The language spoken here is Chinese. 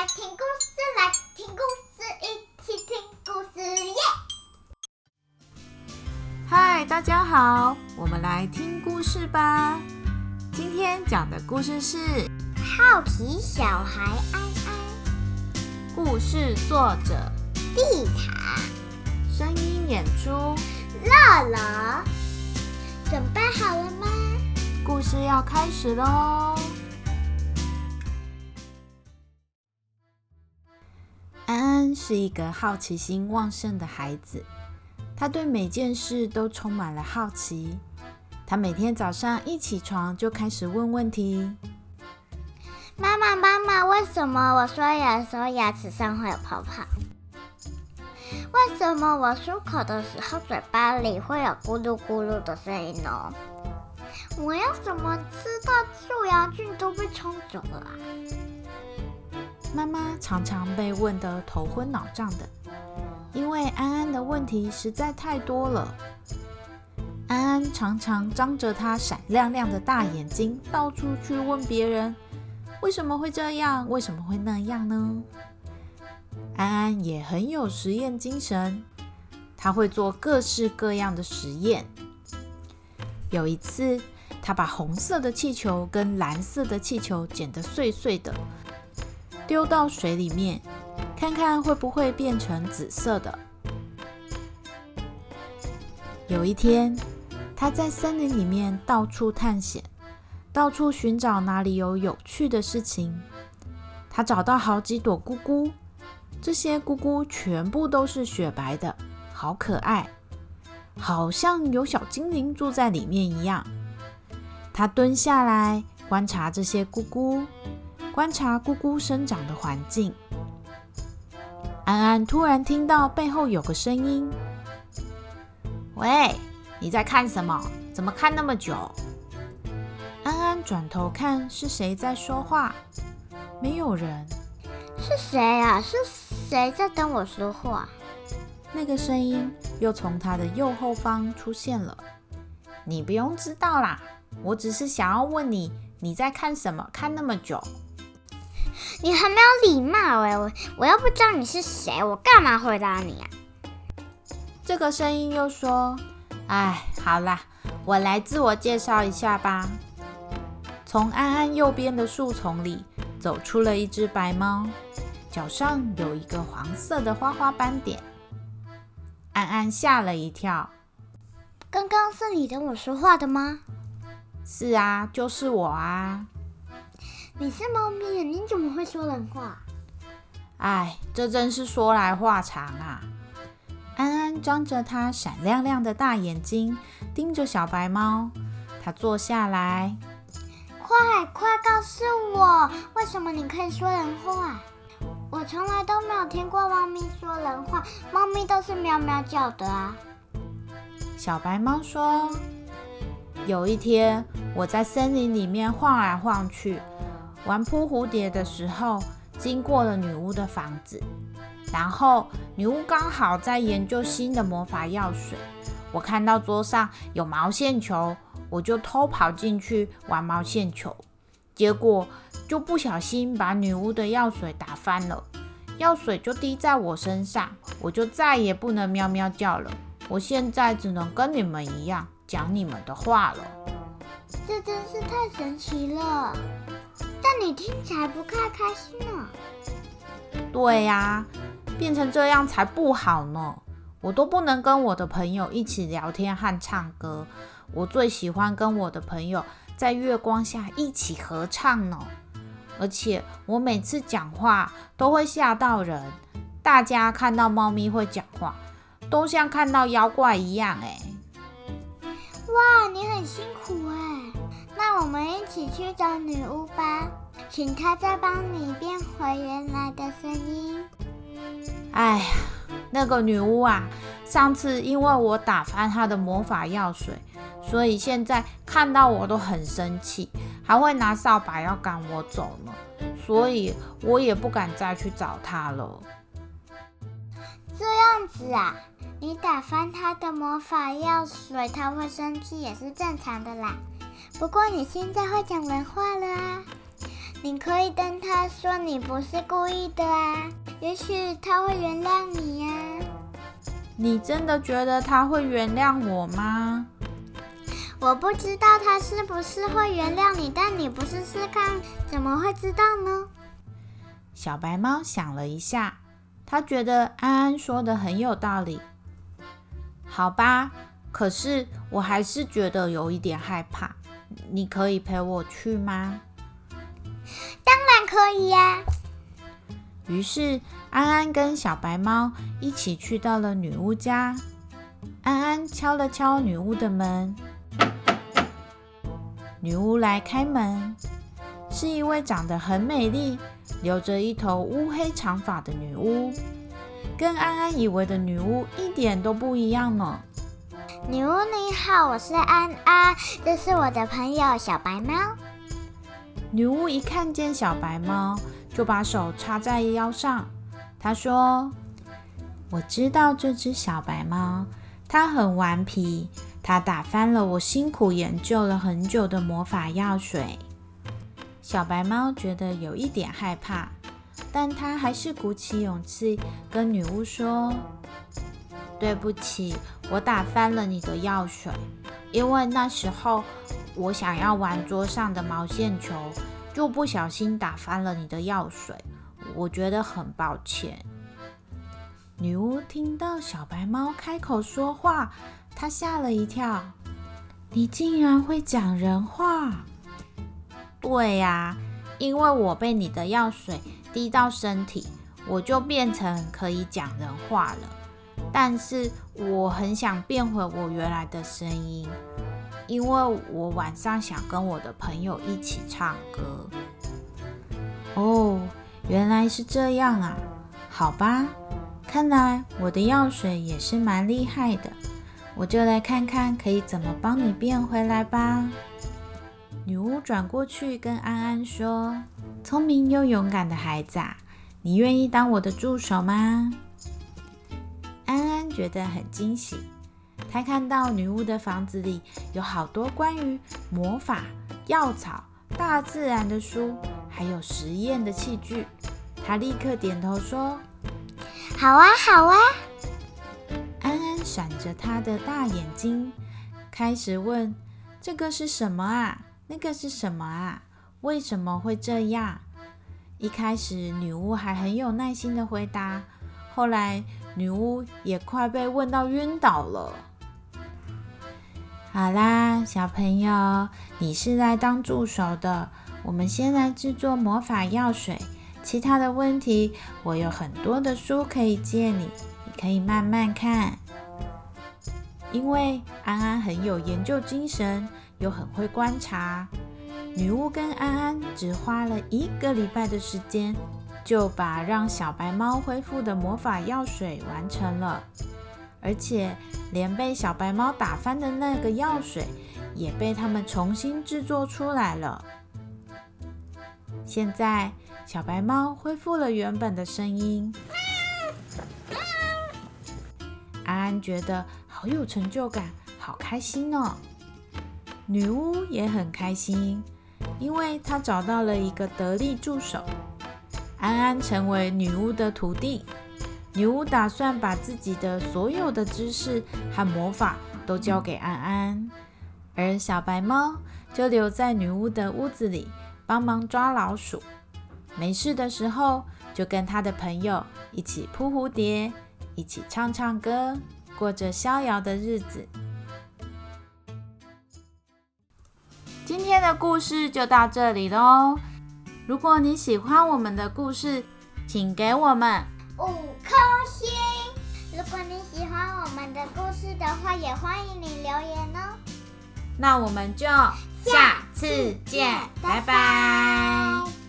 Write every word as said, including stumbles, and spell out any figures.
来听故事，来听故事，一起听故事耶！ 嗨，大家好，我们来听故事吧。今天讲的故事是《 好奇小孩安安》， 故事作者蒂塔， 声音演出乐乐。准备好了吗？ 故事要开始咯。安安是一个好奇心旺盛的孩子，他对每件事都充满了好奇。他每天早上一起床就开始问问题。 妈妈，妈妈，为什么我刷牙的时候牙齿上会有泡泡？为什么我漱口的时候嘴巴里会有咕噜咕噜的声音呢？我要怎么知道蛀牙菌都被冲走了啊？ 妈妈常常被问得头昏脑胀的，因为安安的问题实在太多了。安安常常张着她闪亮亮的大眼睛，到处去问别人，为什么会这样？为什么会那样呢？安安也很有实验精神，她会做各式各样的实验。有一次，她把红色的气球跟蓝色的气球剪得碎碎的，丢到水里面，看看会不会变成紫色的。有一天，她在森林里面到处探险，到处寻找哪里有有趣的事情。她找到好几朵菇菇，这些菇菇全部都是雪白的，好可爱，好像有小精灵住在里面一样。她蹲下来观察这些菇菇，观察菇菇生长的环境。安安突然听到背后有个声音：喂，你在看什么？怎么看那么久？安安转头看是谁在说话，没有人。 是谁啊？是谁在跟我说话？ 那个声音又从他的右后方出现了。你不用知道啦，我只是想要问你，你在看什么？看那么久。 你很没有礼貌哎！我我又不知道你是谁，我干嘛回答你啊？ 这个声音又说：哎，好啦，我来自我介绍一下吧。从安安右边的树丛里走出了一只白猫，脚上有一个黄色的花花斑点。安安吓了一跳。 刚刚是你跟我说话的吗？ 是啊，就是我啊。 你是猫咪，你怎么会说人话？ 哎，这真是说来话长啊。安安张着她闪亮亮的大眼睛，盯着小白猫。她坐下来， 快快告诉我，为什么你可以说人话？我从来都没有听过猫咪说人话，猫咪都是喵喵叫的啊。 小白猫说：有一天，我在森林里面晃来晃去，玩扑蝴蝶的时候，经过了女巫的房子，然后女巫刚好在研究新的魔法药水。我看到桌上有毛线球，我就偷跑进去玩毛线球，结果就不小心把女巫的药水打翻了，药水就滴在我身上，我就再也不能喵喵叫了。我现在只能跟你们一样讲你们的话了。 这真是太神奇了，但你听起来不太开心呢。 对呀，变成这样才不好呢。我都不能跟我的朋友一起聊天和唱歌，我最喜欢跟我的朋友在月光下一起合唱呢。而且我每次讲话都会吓到人，大家看到猫咪会讲话，都像看到妖怪一样哎。 哇，你很辛苦哎。那我们一起去找女巫吧，请她再帮你变回原来的声音。 哎呀，那个女巫啊，上次因为我打翻她的魔法药水，所以现在看到我都很生气，还会拿扫把要赶我走呢，所以我也不敢再去找她了。 这样子啊，你打翻她的魔法药水，她会生气也是正常的啦。不过你现在会讲人话了啊， 你可以跟他说你不是故意的啊，也许他会原谅你呀。 你真的觉得他会原谅我吗？ 我不知道他是不是会原谅你，但你不试试看，怎么会知道呢？ 小白猫想了一下，他觉得安安说的很有道理。好吧，可是我还是觉得有一点害怕，你可以陪我去吗？ 当然可以呀。 于是安安跟小白猫一起去到了女巫家。安安敲了敲女巫的门，女巫来开门，是一位长得很美丽、留着一头乌黑长发的女巫，跟安安以为的女巫一点都不一样呢。 女巫你好，我是安安，这是我的朋友小白猫。 女巫一看见小白猫，就把手插在腰上。她说：我知道这只小白猫，它很顽皮，它打翻了我辛苦研究了很久的魔法药水。小白猫觉得有一点害怕，但它还是鼓起勇气跟女巫说：对不起，我打翻了你的药水，因为那时候我想要玩桌上的毛线球，就不小心打翻了你的药水，我觉得很抱歉。女巫听到小白猫开口说话，她吓了一跳。你竟然会讲人话？对呀，因为我被你的药水滴到身体，我就变成可以讲人话了。但是我很想变回我原来的声音，因为我晚上想跟我的朋友一起唱歌。哦，原来是这样啊，好吧，看来我的药水也是蛮厉害的，我就来看看可以怎么帮你变回来吧。女巫转过去跟安安说：聪明又勇敢的孩子啊，你愿意当我的助手吗？安安觉得很惊喜，她看到女巫的房子里有好多关于魔法、药草、大自然的书，还有实验的器具。她立刻点头说： 好啊，好啊。 安安闪着她的大眼睛，开始问：这个是什么啊？那个是什么啊？为什么会这样？一开始女巫还很有耐心的回答，后来女巫也快被问到晕倒了。好啦，小朋友，你是来当助手的，我们先来制作魔法药水，其他的问题我有很多的书可以借你，你可以慢慢看。因为安安很有研究精神，又很会观察，女巫跟安安只花了一个礼拜的时间，就把让小白猫恢复的魔法药水完成了，而且连被小白猫打翻的那个药水也被他们重新制作出来了。现在小白猫恢复了原本的声音，安安觉得好有成就感，好开心哦。女巫也很开心，因为她找到了一个得力助手。安安成为女巫的徒弟，女巫打算把自己的所有的知识和魔法都交给安安，而小白猫就留在女巫的屋子里帮忙抓老鼠，没事的时候就跟他的朋友一起扑蝴蝶，一起唱唱歌，过着逍遥的日子。今天的故事就到这里咯。如果你喜欢我们的故事，请给我们五颗星。如果你喜欢我们的故事的话，也欢迎你留言哦。 那我们就下次见，拜拜。